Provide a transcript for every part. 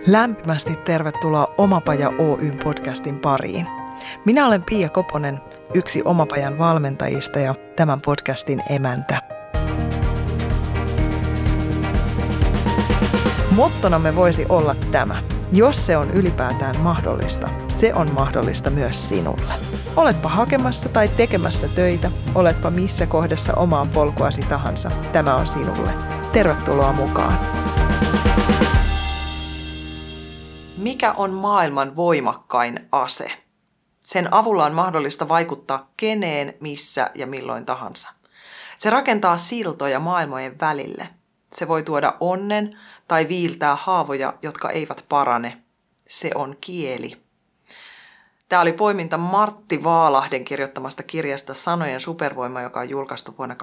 Lämpimästi tervetuloa Omapaja Oyn podcastin pariin. Minä olen Pia Koponen, yksi Omapajan valmentajista ja tämän podcastin emäntä. Mottonamme voisi olla tämä. Jos se on ylipäätään mahdollista, se on mahdollista myös sinulle. Oletpa hakemassa tai tekemässä töitä, oletpa missä kohdassa omaa polkuasi tahansa, tämä on sinulle. Tervetuloa mukaan. Mikä on maailman voimakkain ase? Sen avulla on mahdollista vaikuttaa keneen, missä ja milloin tahansa. Se rakentaa siltoja maailmojen välille. Se voi tuoda onnen tai viiltää haavoja, jotka eivät parane. Se on kieli. Tämä oli poiminta Martti Vaalahden kirjoittamasta kirjasta Sanojen supervoima, joka on julkaistu vuonna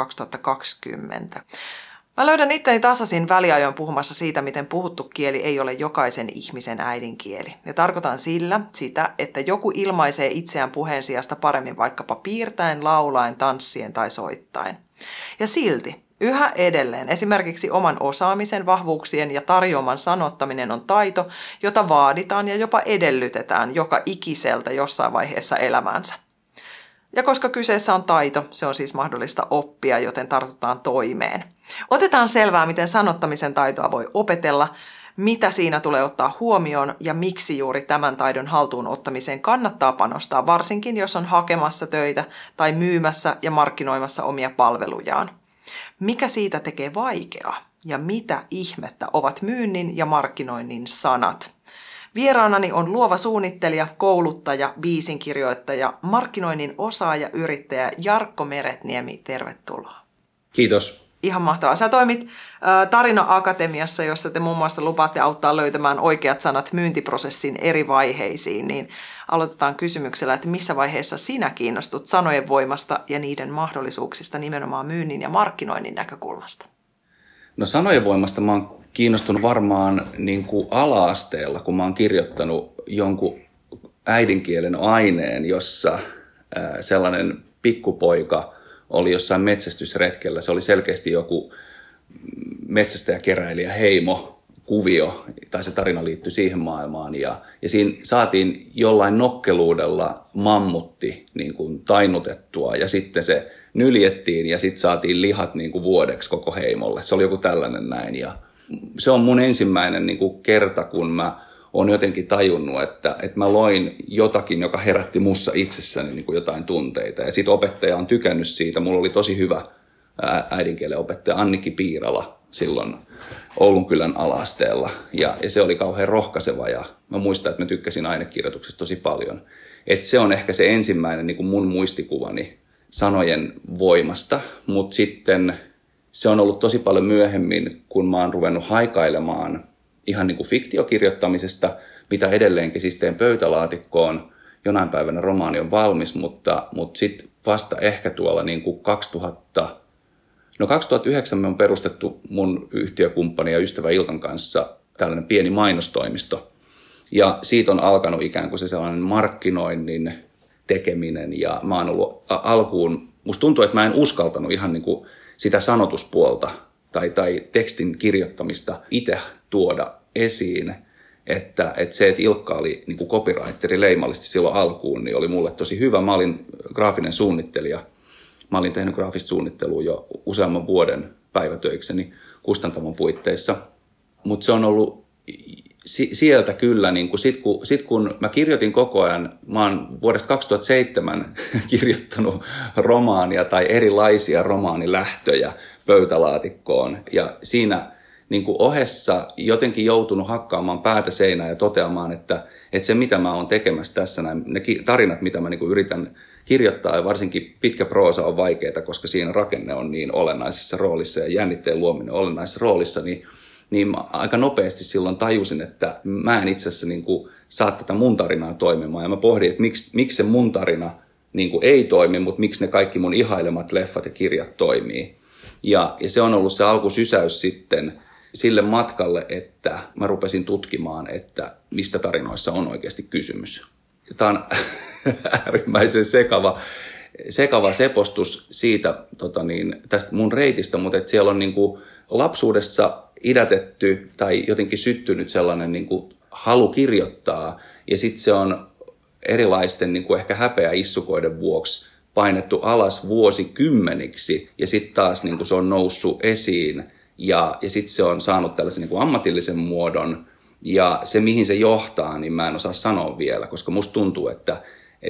2020. Mä löydän itteni tasaisin väliajoin puhumassa siitä, miten puhuttu kieli ei ole jokaisen ihmisen äidinkieli. Ja tarkoitan sillä sitä, että joku ilmaisee itseään puheen sijasta paremmin vaikkapa piirtäen, laulaen, tanssien tai soittaen. Ja silti yhä edelleen esimerkiksi oman osaamisen, vahvuuksien ja tarjoaman sanottaminen on taito, jota vaaditaan ja jopa edellytetään joka ikiseltä jossain vaiheessa elämäänsä. Ja koska kyseessä on taito, se on siis mahdollista oppia, joten tartutaan toimeen. Otetaan selvää, miten sanottamisen taitoa voi opetella, mitä siinä tulee ottaa huomioon ja miksi juuri tämän taidon haltuun ottamiseen kannattaa panostaa, varsinkin jos on hakemassa töitä tai myymässä ja markkinoimassa omia palvelujaan. Mikä siitä tekee vaikeaa ja mitä ihmettä ovat myynnin ja markkinoinnin sanat? Vieraanani on luova suunnittelija, kouluttaja, biisinkirjoittaja, markkinoinnin osaaja, yrittäjä Jarkko Meretniemi. Tervetuloa. Kiitos. Ihan mahtavaa. Sä toimit Tarina-akatemiassa, jossa te muun muassa lupaatte auttaa löytämään oikeat sanat myyntiprosessin eri vaiheisiin. Niin aloitetaan kysymyksellä, että missä vaiheessa sinä kiinnostut sanojen voimasta ja niiden mahdollisuuksista nimenomaan myynnin ja markkinoinnin näkökulmasta? No sanojen voimasta mä oon kiinnostunut varmaan niin kuin ala-asteella, kun mä oon kirjoittanut jonkun äidinkielen aineen, jossa sellainen pikkupoika oli jossain metsästysretkellä. Se oli selkeästi joku metsästäjäkeräilijä heimo kuvio, tai se tarina liittyi siihen maailmaan. Ja siinä saatiin jollain nokkeluudella mammutti niin kuin tainnutettua, ja sitten se nyljettiin, ja sitten saatiin lihat niin kuin vuodeksi koko heimolle. Se oli joku tällainen näin, ja se on mun ensimmäinen niin kuin kerta, kun mä oon jotenkin tajunnut, että mä loin jotakin, joka herätti mussa itsessäni niin kuin jotain tunteita. Ja sitten opettaja on tykännyt siitä. Mulla oli tosi hyvä äidinkielen opettaja Annikki Piirala silloin Oulunkylän ala-asteella. Ja se oli kauhean rohkaiseva ja mä muistan, että mä tykkäsin ainekirjoituksesta tosi paljon. Et se on ehkä se ensimmäinen niin kuin mun muistikuvani sanojen voimasta, mutta sitten se on ollut tosi paljon myöhemmin, kun mä oon ruvennut haikailemaan ihan niin kuin fiktiokirjoittamisesta, mitä edelleenkin siis teen pöytälaatikkoon. Jonain päivänä romaani on valmis, mutta sitten vasta ehkä tuolla niin kuin 2009 me on perustettu mun yhtiökumppani ja ystävä Ilkan kanssa tällainen pieni mainostoimisto. Ja siitä on alkanut ikään kuin se sellainen markkinoinnin tekeminen ja mä oon ollut alkuun, musta tuntuu, että mä en uskaltanut ihan niin kuin sitä sanotuspuolta tai tekstin kirjoittamista itse tuoda esiin, että se, että Ilkka oli niin kuin copywriteri leimallisesti silloin alkuun, niin oli mulle tosi hyvä. Mä olin graafinen suunnittelija. Mä olin tehnyt graafista suunnittelua jo useamman vuoden päivätöikseni kustantamon puitteissa. Mutta se on ollut sieltä kyllä, niin sit kun mä kirjoitin koko ajan, mä oon vuodesta 2007 kirjoittanut romaania tai erilaisia romaanilähtöjä pöytälaatikkoon. Ja siinä niin kuin ohessa jotenkin joutunut hakkaamaan päätä seinään ja toteamaan, että se mitä mä oon tekemässä tässä, ne tarinat mitä mä niin kuin yritän kirjoittaa ja varsinkin pitkä proosa on vaikeaa, koska siinä rakenne on niin olennaisessa roolissa ja jännitteen luominen on olennaisessa roolissa, niin mä aika nopeasti silloin tajusin, että mä en itse asiassa niin kuin saa tätä mun tarinaa toimimaan. Ja mä pohdin, että miksi se mun tarina niin kuin ei toimi, mutta miksi ne kaikki mun ihailemat leffat ja kirjat toimii. Ja se on ollut se alkusysäys sitten sille matkalle, että mä rupesin tutkimaan, että mistä tarinoissa on oikeasti kysymys. Tämä on äärimmäisen sekava sepostus siitä tästä mun reitistä, mutta että siellä on niin kuin lapsuudessa idätetty tai jotenkin syttynyt sellainen niin kuin halu kirjoittaa ja sitten se on erilaisten niin kuin ehkä häpeäissukoiden vuoksi painettu alas vuosikymmeniksi ja sitten taas niin kuin se on noussut esiin ja sitten se on saanut tällaisen niin kuin ammatillisen muodon ja se mihin se johtaa, niin mä en osaa sanoa vielä, koska musta tuntuu, että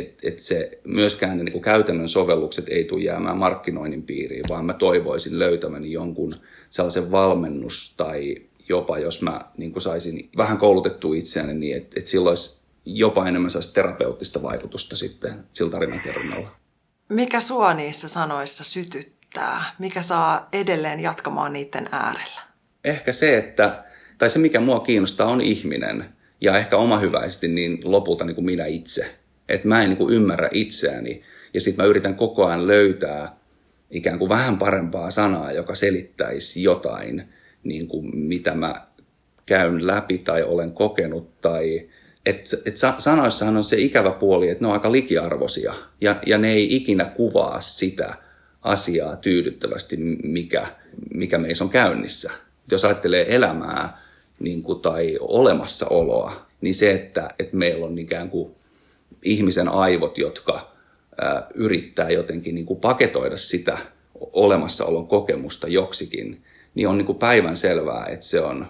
se myöskään ne niin kuin käytännön sovellukset ei tule jäämään markkinoinnin piiriin, vaan mä toivoisin löytämäni jonkun sellaisen valmennus tai jopa jos mä niin kuin saisin vähän koulutettua itseäni niin, että sillä olisi jopa enemmän sellaista terapeuttista vaikutusta sitten sillä tarinankerronnalla. Mikä sua niissä sanoissa sytyttää? Mikä saa edelleen jatkamaan niiden äärellä? Ehkä se, tai se mikä mua kiinnostaa on ihminen ja ehkä omahyväisesti niin lopulta niin kuin minä itse. Että mä en niin kuin ymmärrä itseäni ja sitten mä yritän koko ajan löytää ikään kuin vähän parempaa sanaa, joka selittäisi jotain, niin kuin mitä mä käyn läpi tai olen kokenut. Tai sanoissahan on se ikävä puoli, että ne on aika likiarvoisia ja ne ei ikinä kuvaa sitä asiaa tyydyttävästi, mikä meissä on käynnissä. Jos ajattelee elämää niin kuin, tai olemassaoloa, niin se, että meillä on ikään kuin ihmisen aivot, jotka yrittää jotenkin niin kuin paketoida sitä olemassaolon kokemusta joksikin, niin on niin kuin päivänselvää, että se on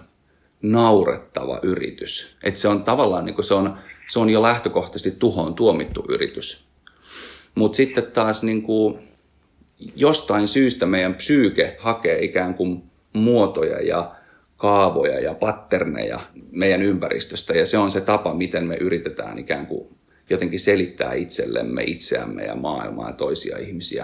naurettava yritys. Että se on tavallaan niin kuin se on jo lähtökohtaisesti tuhoon tuomittu yritys. Mutta sitten taas niin kuin jostain syystä meidän psyyke hakee ikään kuin muotoja ja kaavoja ja patterneja meidän ympäristöstä ja se on se tapa, miten me yritetään ikään kuin jotenkin selittää itsellemme, itseämme ja maailmaa ja toisia ihmisiä.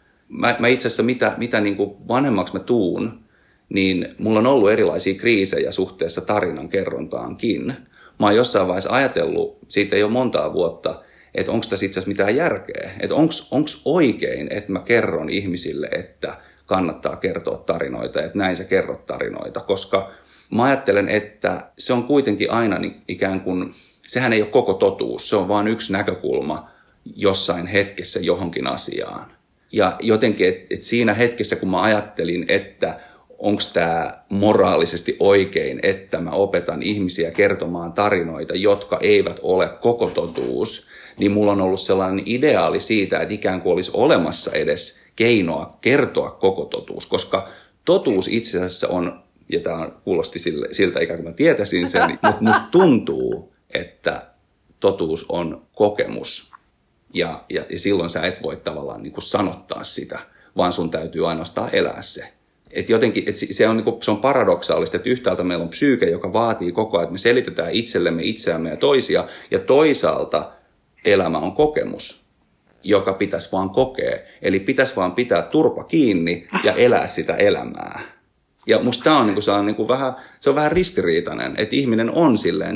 Mä itse asiassa mitä niin kuin vanhemmaksi mä tuun, niin mulla on ollut erilaisia kriisejä suhteessa tarinan kerrontaankin. Mä oon jossain vaiheessa ajatellut, siitä ei ole montaa vuotta, että onko tässä itse asiassa mitään järkeä. Että onko oikein, että mä kerron ihmisille, että kannattaa kertoa tarinoita, että näin sä kerrot tarinoita. Koska mä ajattelen, että se on kuitenkin aina ikään kuin, sehän ei ole koko totuus, se on vain yksi näkökulma jossain hetkessä johonkin asiaan. Ja jotenkin, että siinä hetkessä, kun mä ajattelin, että onko tämä moraalisesti oikein, että mä opetan ihmisiä kertomaan tarinoita, jotka eivät ole koko totuus, niin mulla on ollut sellainen ideaali siitä, että ikään kuin olisi olemassa edes keinoa kertoa koko totuus, koska totuus itse asiassa on, ja tämä kuulosti siltä ikään kuin mä tietäisin sen, mutta musta tuntuu, että totuus on kokemus ja silloin sä et voi tavallaan niin kuin sanottaa sitä, vaan sun täytyy ainoastaan elää se. Et jotenkin, se on paradoksaalista, että yhtäältä meillä on psyyke, joka vaatii koko ajan, että me selitetään itsellemme, itseämme ja toisia, ja toisaalta elämä on kokemus, joka pitäisi vaan kokea. Eli pitäisi vaan pitää turpa kiinni ja elää sitä elämää. Ja musta tämä on, se on vähän ristiriitainen, että ihminen on silleen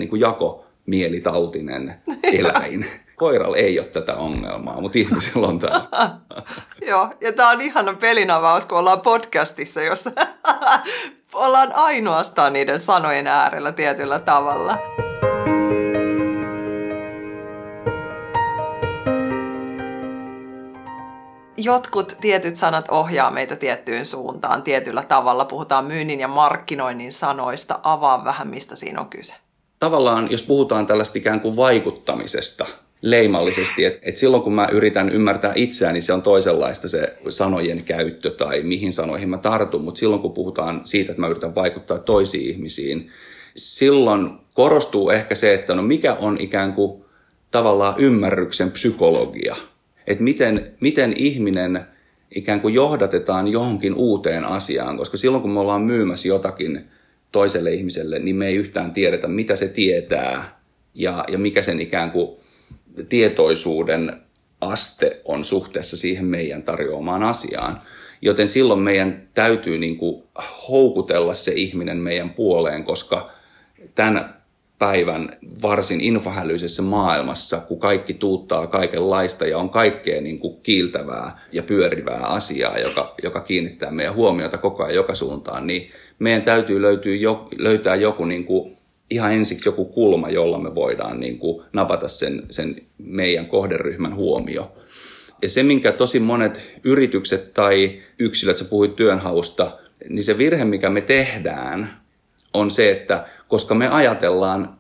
jakomielitautinen eläin. Koiralla ei ole tätä ongelmaa, mutta ihmisellä on tämä. Joo, ja tämä on ihana pelinavaus, kun ollaan podcastissa, jossa ollaan ainoastaan niiden sanojen äärellä tietyllä tavalla. Jotkut tietyt sanat ohjaa meitä tiettyyn suuntaan tietyllä tavalla. Puhutaan myynnin ja markkinoinnin sanoista. Avaa vähän, mistä siinä on kyse. Tavallaan, jos puhutaan tällaista ikään kuin vaikuttamisesta leimallisesti, että silloin kun mä yritän ymmärtää itseäni, se on toisenlaista se sanojen käyttö tai mihin sanoihin mä tartun, mutta silloin kun puhutaan siitä, että mä yritän vaikuttaa toisiin ihmisiin, silloin korostuu ehkä se, että no mikä on ikään kuin tavallaan ymmärryksen psykologia. Että miten ihminen ikään kuin johdatetaan johonkin uuteen asiaan, koska silloin kun me ollaan myymässä jotakin toiselle ihmiselle, niin me ei yhtään tiedetä, mitä se tietää ja mikä sen ikään kuin tietoisuuden aste on suhteessa siihen meidän tarjoamaan asiaan. Joten silloin meidän täytyy niin kuin houkutella se ihminen meidän puoleen, koska tämän päivän varsin infohälyisessä maailmassa, kun kaikki tuuttaa kaikenlaista ja on kaikkea niin kuin kiiltävää ja pyörivää asiaa, joka kiinnittää meidän huomiota koko ajan joka suuntaan, niin meidän täytyy löytää joku niin kuin, ihan ensiksi joku kulma, jolla me voidaan niin kuin napata sen meidän kohderyhmän huomio. Ja se, minkä tosi monet yritykset tai yksilöt, sä puhuit työnhausta, niin se virhe, mikä me tehdään, on se, että koska me ajatellaan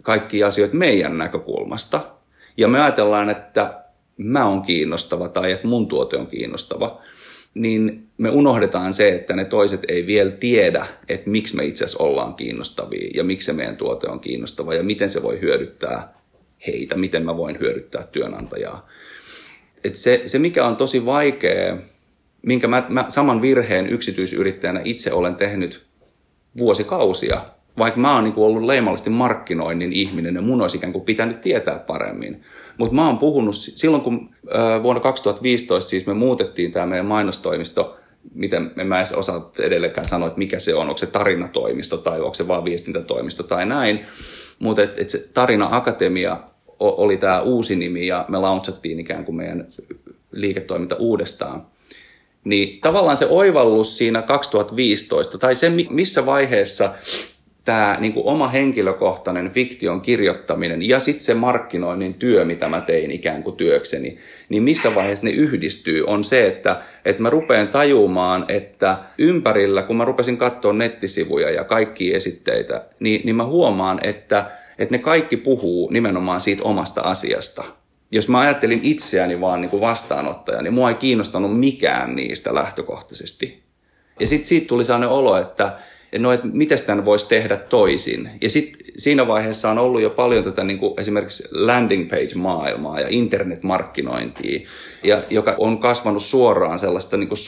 kaikkia asioita meidän näkökulmasta. Ja me ajatellaan, että mä oon kiinnostava tai että mun tuote on kiinnostava. Niin me unohdetaan se, että ne toiset ei vielä tiedä, että miksi me itse asiassa ollaan kiinnostavia ja miksi se meidän tuote on kiinnostava ja miten se voi hyödyttää heitä, miten mä voin hyödyttää työnantajaa. Et se, mikä on tosi vaikea, minkä mä saman virheen yksityisyrittäjänä itse olen tehnyt vuosikausia, vaikka mä oon niin kuin ollut leimallisesti markkinoinnin ihminen ja mun olisi ikään kuin pitänyt tietää paremmin. Mutta mä oon puhunut, silloin kun vuonna 2015 siis me muutettiin tämä meidän mainostoimisto, miten mä en osaa edelleenkään sanoa, että mikä se on, onko se tarinatoimisto tai onko se vaan viestintätoimisto tai näin. Mutta se Tarina Akatemia oli tämä uusi nimi ja me launchattiin ikään kuin meidän liiketoiminta uudestaan. Niin tavallaan se oivallus siinä 2015 tai se missä vaiheessa tämä niin kuin oma henkilökohtainen fiktion kirjoittaminen ja sitten se markkinoinnin työ, mitä mä tein ikään kuin työkseni, niin missä vaiheessa ne yhdistyy, on se, että mä rupean tajumaan, että ympärillä, kun mä rupesin katsoa nettisivuja ja kaikkia esitteitä, niin mä huomaan, että ne kaikki puhuu nimenomaan siitä omasta asiasta. Jos mä ajattelin itseäni vaan niin kuin vastaanottaja, niin mua ei kiinnostanut mikään niistä lähtökohtaisesti. Ja sitten siitä tuli sellainen olo, että miten tämän voisi tehdä toisin. Ja sitten siinä vaiheessa on ollut jo paljon tätä niin kuin esimerkiksi landing page-maailmaa ja internetmarkkinointia, joka on kasvanut suoraan sellaista niin kuin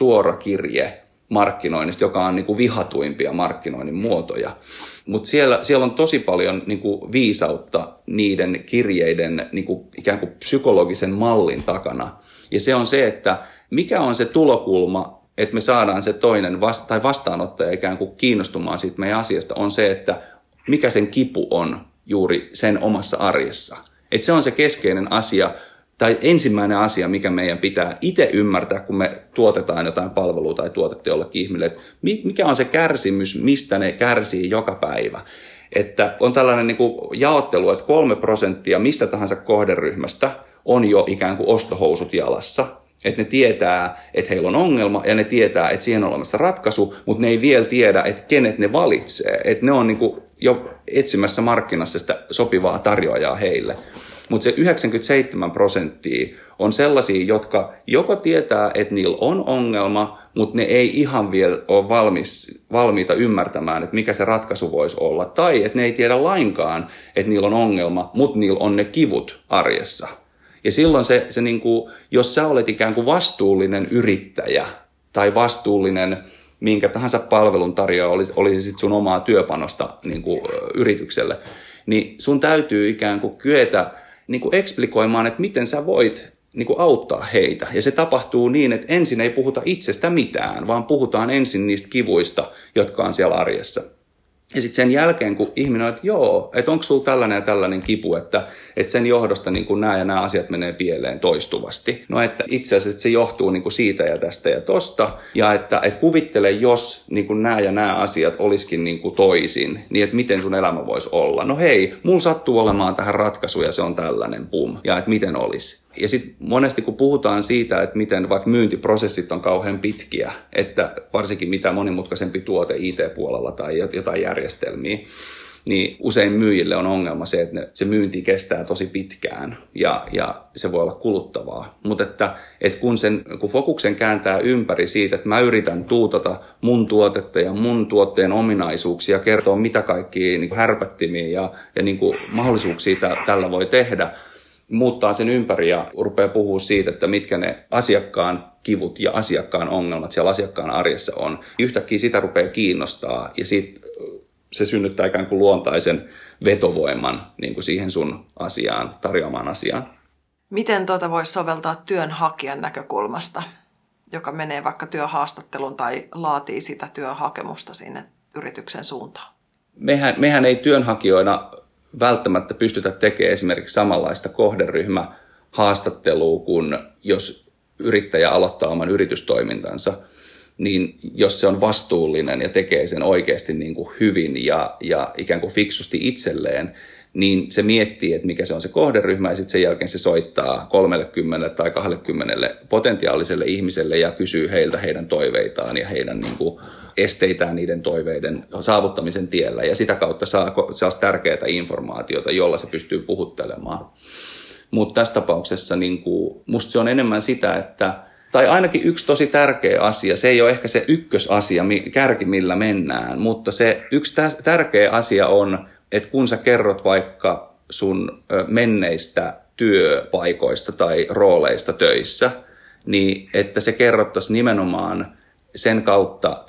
suorakirje-markkinoinnista, joka on niin kuin vihatuimpia markkinoinnin muotoja. Mutta siellä on tosi paljon niin kuin viisautta niiden kirjeiden niin kuin ikään kuin psykologisen mallin takana. Ja se on se, että mikä on se tulokulma, että me saadaan se toinen tai vastaanottaja ikään kuin kiinnostumaan siitä meidän asiasta, on se, että mikä sen kipu on juuri sen omassa arjessa. Että se on se keskeinen asia tai ensimmäinen asia, mikä meidän pitää itse ymmärtää, kun me tuotetaan jotain palvelua tai tuotetta jollekin ihmille, että mikä on se kärsimys, mistä ne kärsii joka päivä. Että on tällainen niin kuin jaottelu, että 3% mistä tahansa kohderyhmästä on jo ikään kuin ostohousut jalassa. Että ne tietää, että heillä on ongelma ja ne tietää, että siihen on olemassa ratkaisu, mutta ne ei vielä tiedä, että kenet ne valitsee. Että ne on niin kuin jo etsimässä markkinassa sitä sopivaa tarjoajaa heille. Mutta se 97% on sellaisia, jotka joko tietää, että niillä on ongelma, mutta ne ei ihan vielä ole valmiita ymmärtämään, että mikä se ratkaisu voisi olla. Tai että ne ei tiedä lainkaan, että niillä on ongelma, mutta niillä on ne kivut arjessa. Ja silloin se niin kuin, jos sä olet ikään kuin vastuullinen yrittäjä tai vastuullinen minkä tahansa palveluntarjoaja, olisi sitten sun omaa työpanosta niin kuin yritykselle, niin sun täytyy ikään kuin kyetä niin kuin eksplikoimaan, että miten sä voit niin kuin auttaa heitä. Ja se tapahtuu niin, että ensin ei puhuta itsestä mitään, vaan puhutaan ensin niistä kivuista, jotka on siellä arjessa. Ja sitten sen jälkeen, kun ihminen on, että joo, että onko sulla tällainen ja tällainen kipu, että sen johdosta niin kuin nämä ja nämä asiat menee pieleen toistuvasti. No, että itse asiassa se johtuu niin kuin siitä ja tästä ja tosta. Ja että kuvittele, jos niin kuin nämä ja nämä asiat olisikin niin kuin toisin, niin että miten sun elämä voisi olla. No hei, mulla sattuu olemaan tähän ratkaisu ja se on tällainen, pum. Ja että miten olisi. Ja sitten monesti kun puhutaan siitä, että miten vaikka myyntiprosessit on kauhean pitkiä, että varsinkin mitä monimutkaisempi tuote IT-puolella tai jotain järjestelmiä, niin usein myyjille on ongelma se, että se myynti kestää tosi pitkään ja se voi olla kuluttavaa. Mutta että kun fokuksen kääntää ympäri siitä, että mä yritän tuutata mun tuotetta ja mun tuotteen ominaisuuksia, kertoa mitä kaikkia niin kuin härpättimiä ja niin kuin mahdollisuuksia tällä voi tehdä, muuttaa sen ympäri ja rupeaa puhua siitä, että mitkä ne asiakkaan kivut ja asiakkaan ongelmat siellä asiakkaan arjessa on. Yhtäkkiä sitä rupeaa kiinnostaa ja sitten se synnyttää ikään kuin luontaisen vetovoiman niin kuin siihen sun asiaan, tarjoamaan asiaan. Miten tuota voisi soveltaa työnhakijan näkökulmasta, joka menee vaikka työhaastatteluun tai laatii sitä työhakemusta sinne yrityksen suuntaan? Mehän ei työnhakijoina välttämättä pystytä tekemään esimerkiksi samanlaista kohderyhmähaastattelua kuin jos yrittäjä aloittaa oman yritystoimintansa, niin jos se on vastuullinen ja tekee sen oikeasti niin kuin hyvin ja ikään kuin fiksusti itselleen, niin se miettii, että mikä se on se kohderyhmä ja sitten sen jälkeen se soittaa 30 tai 20 potentiaaliselle ihmiselle ja kysyy heiltä heidän toiveitaan ja heidän niin kuin esteitään niiden toiveiden saavuttamisen tiellä ja sitä kautta saa tärkeää informaatiota, jolla se pystyy puhuttelemaan. Mutta tässä tapauksessa niin kuin, musta se on enemmän sitä, että tai ainakin yksi tosi tärkeä asia, se ei ole ehkä se ykkösasia, kärki millä mennään, mutta se yksi tärkeä asia on, että kun sä kerrot vaikka sun menneistä työpaikoista tai rooleista töissä, niin että se kerrottaisiin nimenomaan sen kautta,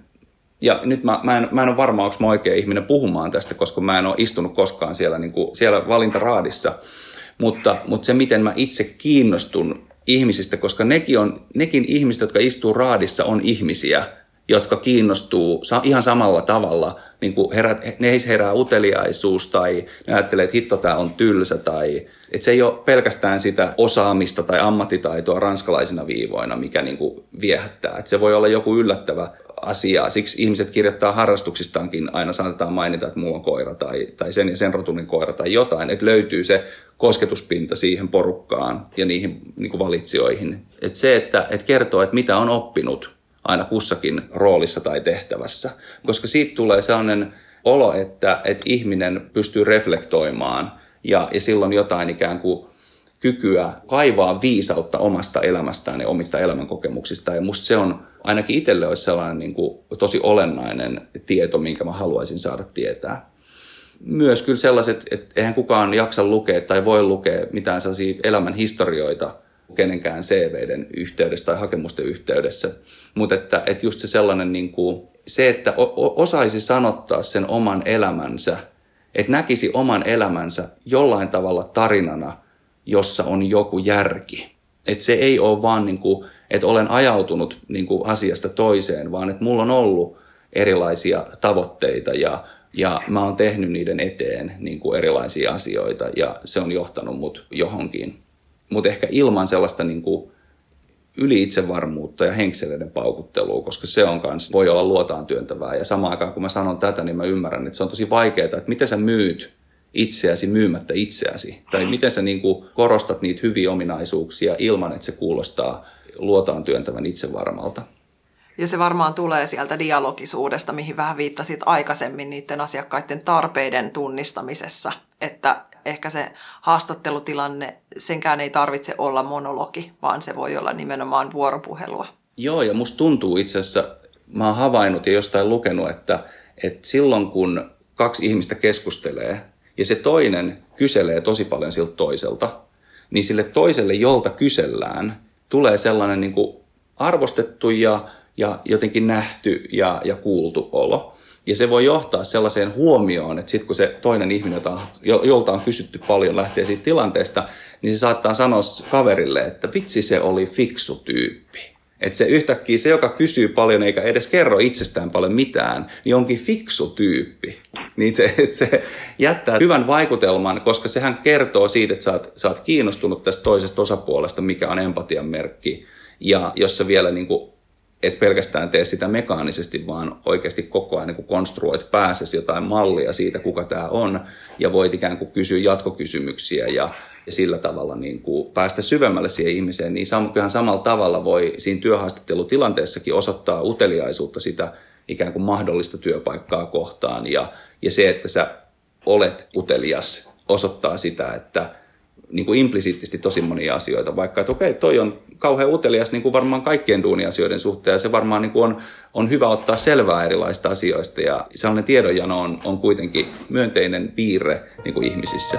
ja nyt mä en ole varma, onko mä oikea ihminen puhumaan tästä, koska mä en ole istunut koskaan siellä, niin kuin, siellä valintaraadissa, mutta se, miten mä itse kiinnostun ihmisistä, koska nekin ihmiset, jotka istuu raadissa, on ihmisiä, jotka kiinnostuu ihan samalla tavalla. Niin kuin heissä herää uteliaisuus tai ne ajattelee, että hitto, tämä on tylsä. Tai, että se ei ole pelkästään sitä osaamista tai ammattitaitoa ranskalaisina viivoina, mikä niin kuin viehättää. Että se voi olla joku yllättävä asia. Siksi ihmiset kirjoittaa harrastuksistaankin, aina saatetaan mainita, että mulla on koira tai sen ja sen rotuinen koira tai jotain. Että löytyy se kosketuspinta siihen porukkaan ja niihin niin kuin valitsijoihin. Että se, että kertoo, että mitä on oppinut aina kussakin roolissa tai tehtävässä. Koska siitä tulee sellainen olo, että ihminen pystyy reflektoimaan ja silloin jotain ikään kuin kykyä kaivaa viisautta omasta elämästään ja omista elämänkokemuksistaan. Ja musta se on, ainakin itselle olisi sellainen niin kuin tosi olennainen tieto, minkä mä haluaisin saada tietää. Myös kyllä sellaiset, että eihän kukaan jaksa lukea tai voi lukea mitään sellaisia elämän historioita kenenkään CV:den yhteydessä tai hakemusten yhteydessä. Mutta että just se sellainen, niin kuin, se, että osaisi sanottaa sen oman elämänsä, että näkisi oman elämänsä jollain tavalla tarinana, jossa on joku järki. Että se ei ole vaan, niin kuin, että olen ajautunut niin kuin asiasta toiseen, vaan että mulla on ollut erilaisia tavoitteita ja mä oon tehnyt niiden eteen niin kuin erilaisia asioita ja se on johtanut mut johonkin. Mutta ehkä ilman sellaista niin kuin yli-itsevarmuutta ja henkseleiden paukuttelua, koska se on kans, voi olla luotaan työntävää. Ja samaan aikaan, kun mä sanon tätä, niin mä ymmärrän, että se on tosi vaikeaa, että miten sä myyt itseäsi myymättä itseäsi. Tai miten sä niin kuin korostat niitä hyviä ominaisuuksia ilman, että se kuulostaa luotaan työntävän itsevarmalta. Ja se varmaan tulee sieltä dialogisuudesta, mihin vähän viittasit aikaisemmin niiden asiakkaiden tarpeiden tunnistamisessa, että ehkä se haastattelutilanne, senkään ei tarvitse olla monologi, vaan se voi olla nimenomaan vuoropuhelua. Joo, ja musta tuntuu itse asiassa, mä oon havainnut ja jostain lukenut, että silloin kun kaksi ihmistä keskustelee ja se toinen kyselee tosi paljon siltä toiselta, niin sille toiselle, jolta kysellään, tulee sellainen niin kuin arvostettu ja jotenkin nähty ja kuultu olo. Ja se voi johtaa sellaiseen huomioon, että sitten kun se toinen ihminen, jolta on kysytty paljon, lähtee siitä tilanteesta, niin se saattaa sanoa kaverille, että vitsi, se oli fiksu tyyppi. Että se yhtäkkiä se, joka kysyy paljon eikä edes kerro itsestään paljon mitään, niin onkin fiksu tyyppi. Niin se jättää hyvän vaikutelman, koska sehän kertoo siitä, että sä oot kiinnostunut tästä toisesta osapuolesta, mikä on empatian merkki. Ja jos sä vielä niin kuin et pelkästään tee sitä mekaanisesti, vaan oikeasti koko ajan niin kuin konstruoit pääsesi jotain mallia siitä, kuka tämä on, ja voit ikään kuin kysyä jatkokysymyksiä ja sillä tavalla niin kuin päästä syvemmälle siihen ihmiseen, niin kyllähän samalla tavalla voi siinä työhaastattelutilanteessakin osoittaa uteliaisuutta sitä ikään kuin mahdollista työpaikkaa kohtaan, ja se, että sä olet utelias, osoittaa sitä, että niin kuin implisiittisesti tosi monia asioita, vaikka että okei, toi on kauhean utelias niin kuin varmaan kaikkien duuniasioiden suhteen, ja se varmaan niin kuin on hyvä ottaa selvää erilaisista asioista, ja sellainen tiedonjano on kuitenkin myönteinen piirre niin kuin ihmisissä.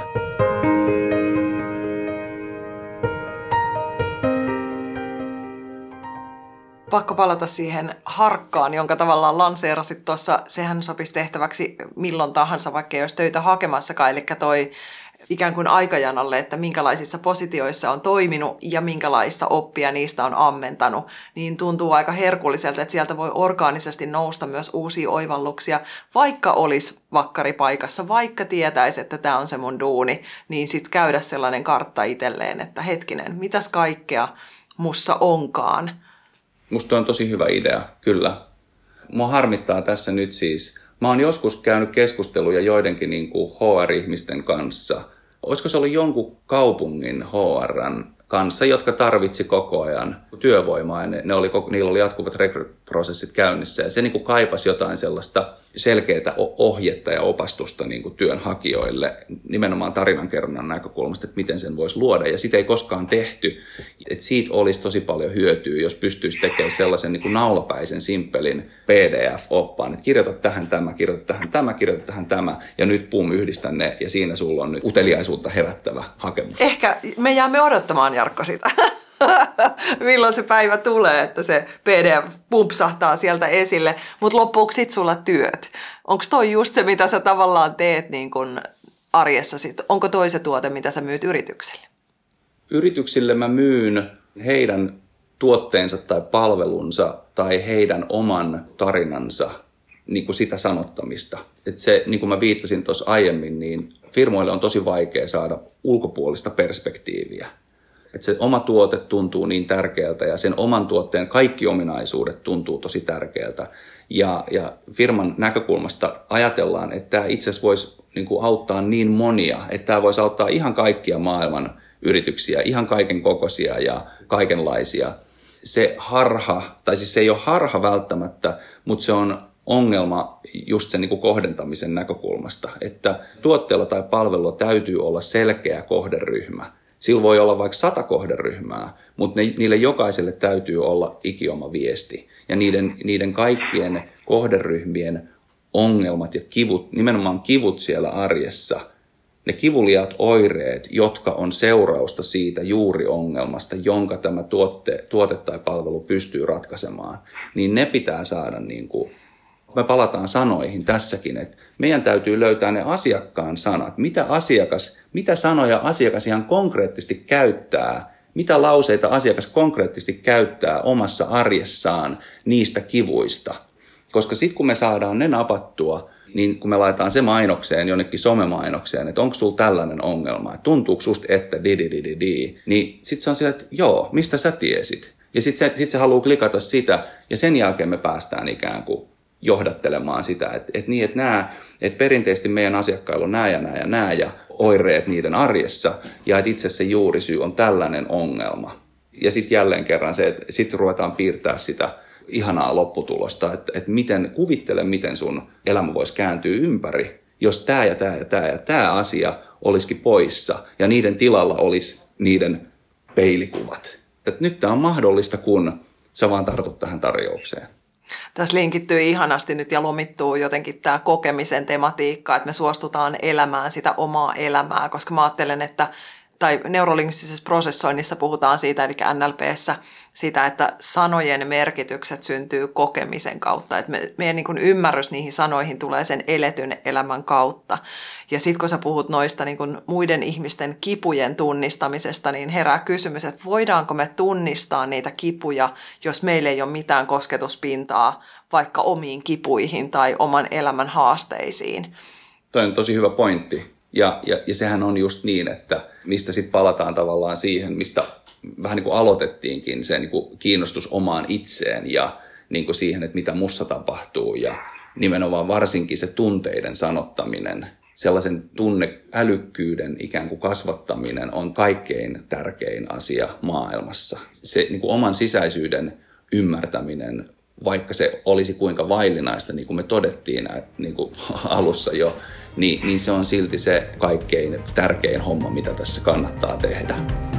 Pakko palata siihen harkkaan, jonka tavallaan lanseerasit tuossa. Sehän sopisi tehtäväksi milloin tahansa, vaikka ei olisi töitä hakemassakaan, eli toi ikään kuin aikajanalle, että minkälaisissa positioissa on toiminut ja minkälaista oppia niistä on ammentanut, niin tuntuu aika herkulliselta, että sieltä voi orgaanisesti nousta myös uusia oivalluksia, vaikka olisi vakkaripaikassa, vaikka tietäisi, että tämä on se mun duuni, niin sitten käydä sellainen kartta itselleen, että hetkinen, mitäs kaikkea mussa onkaan. Musta on tosi hyvä idea, kyllä. Mua harmittaa tässä nyt siis. Mä oon joskus käynyt keskusteluja joidenkin niin kuin HR-ihmisten kanssa. Olisiko se ollut jonkun kaupungin HR:n kanssa, jotka tarvitsi koko ajan työvoimaa. Niillä oli jatkuvat prosessit käynnissä. Ja se niin kuin kaipasi jotain sellaista selkeää ohjetta ja opastusta niin kuin työnhakijoille nimenomaan tarinankerronnan näkökulmasta, että miten sen voisi luoda. Ja sitä ei koskaan tehty. Että siitä olisi tosi paljon hyötyä, jos pystyisi tekemään sellaisen niin kuin naulapäisen, simppelin PDF-oppaan, että kirjoita tähän tämä, kirjoita tähän tämä, kirjoita tähän tämä, ja nyt pum, yhdistä ne, ja siinä sulla on nyt uteliaisuutta herättävä hakemus. Ehkä me jäämme odottamaan, Jarkko, sitä. Milloin se päivä tulee, että se PDF pumpsahtaa sieltä esille, mutta loppuuko sit sulla työt? Onko toi just se, mitä sä tavallaan teet niin kun arjessa sit? Onko toi se tuote, mitä sä myyt yritykselle? Yrityksille mä myyn heidän tuotteensa tai palvelunsa tai heidän oman tarinansa, niin kuin sitä sanottamista. Että se, niin kuin mä viittasin tuossa aiemmin, niin firmoille on tosi vaikea saada ulkopuolista perspektiiviä. Että se oma tuote tuntuu niin tärkeältä ja sen oman tuotteen kaikki ominaisuudet tuntuu tosi tärkeältä. Ja firman näkökulmasta ajatellaan, että tämä itse asiassa voisi niin kuin auttaa niin monia, että tämä voisi auttaa ihan kaikkia maailman yrityksiä, ihan kaiken kokoisia ja kaikenlaisia. Se harha, tai siis se ei ole harha välttämättä, mutta se on ongelma just sen niin kuin kohdentamisen näkökulmasta, että tuotteella tai palvelulla täytyy olla selkeä kohderyhmä. Sillä voi olla vaikka 100 kohderyhmää, mutta niille jokaiselle täytyy olla ikioma viesti. Ja niiden kaikkien kohderyhmien ongelmat ja kivut, nimenomaan kivut siellä arjessa, ne kivuliaat oireet, jotka on seurausta siitä juuri ongelmasta, jonka tämä tuote tai palvelu pystyy ratkaisemaan, niin ne pitää saada niin kuin, me palataan sanoihin tässäkin, että meidän täytyy löytää ne asiakkaan sanat. Mitä sanoja asiakas ihan konkreettisesti käyttää, mitä lauseita asiakas konkreettisesti käyttää omassa arjessaan niistä kivuista. Koska sitten kun me saadaan ne napattua, niin kun me laitetaan se mainokseen, jonnekin somemainokseen, että onko sulla tällainen ongelma, että tuntuuko susta, että niin sitten se on sillä, että joo, mistä sä tiesit? Ja sitten se haluaa klikata sitä, ja sen jälkeen me päästään ikään kuin johdattelemaan sitä, että perinteisesti meidän asiakkailla on nämä ja oireet niiden arjessa, ja että itse asiassa se juurisyy on tällainen ongelma. Ja sitten jälleen kerran se, että sitten ruvetaan piirtää sitä ihanaa lopputulosta, että kuvittele, miten sun elämä voisi kääntyä ympäri, jos tämä ja tämä asia olisikin poissa, ja niiden tilalla olisi niiden peilikuvat. Että nyt tämä on mahdollista, kun sä vaan tartut tähän tarjoukseen. Tässä linkittyy ihanasti nyt ja lomittuu jotenkin tämä kokemisen tematiikka, että me suostutaan elämään sitä omaa elämää, koska mä ajattelen, että tai neurolingvistisessä prosessoinnissa puhutaan siitä, eli NLP:ssä sitä, että sanojen merkitykset syntyy kokemisen kautta. Että meidän niin kuin ymmärrys niihin sanoihin tulee sen eletyn elämän kautta. Ja sitten kun sä puhut noista niin kuin muiden ihmisten kipujen tunnistamisesta, niin herää kysymys, että voidaanko me tunnistaa niitä kipuja, jos meillä ei ole mitään kosketuspintaa vaikka omiin kipuihin tai oman elämän haasteisiin. Toi on tosi hyvä pointti. Ja sehän on just niin, että mistä sitten palataan tavallaan siihen, mistä vähän niin kuin aloitettiinkin, se niin kuin kiinnostus omaan itseen ja niin kuin siihen, että mitä mussa tapahtuu. Ja nimenomaan varsinkin se tunteiden sanottaminen, sellaisen tunneälykkyyden ikään kuin kasvattaminen on kaikkein tärkein asia maailmassa. Se niin kuin oman sisäisyyden ymmärtäminen, vaikka se olisi kuinka vaillinaista, niin kuin me todettiin niin kuin alussa jo, niin se on silti se kaikkein tärkein homma, mitä tässä kannattaa tehdä.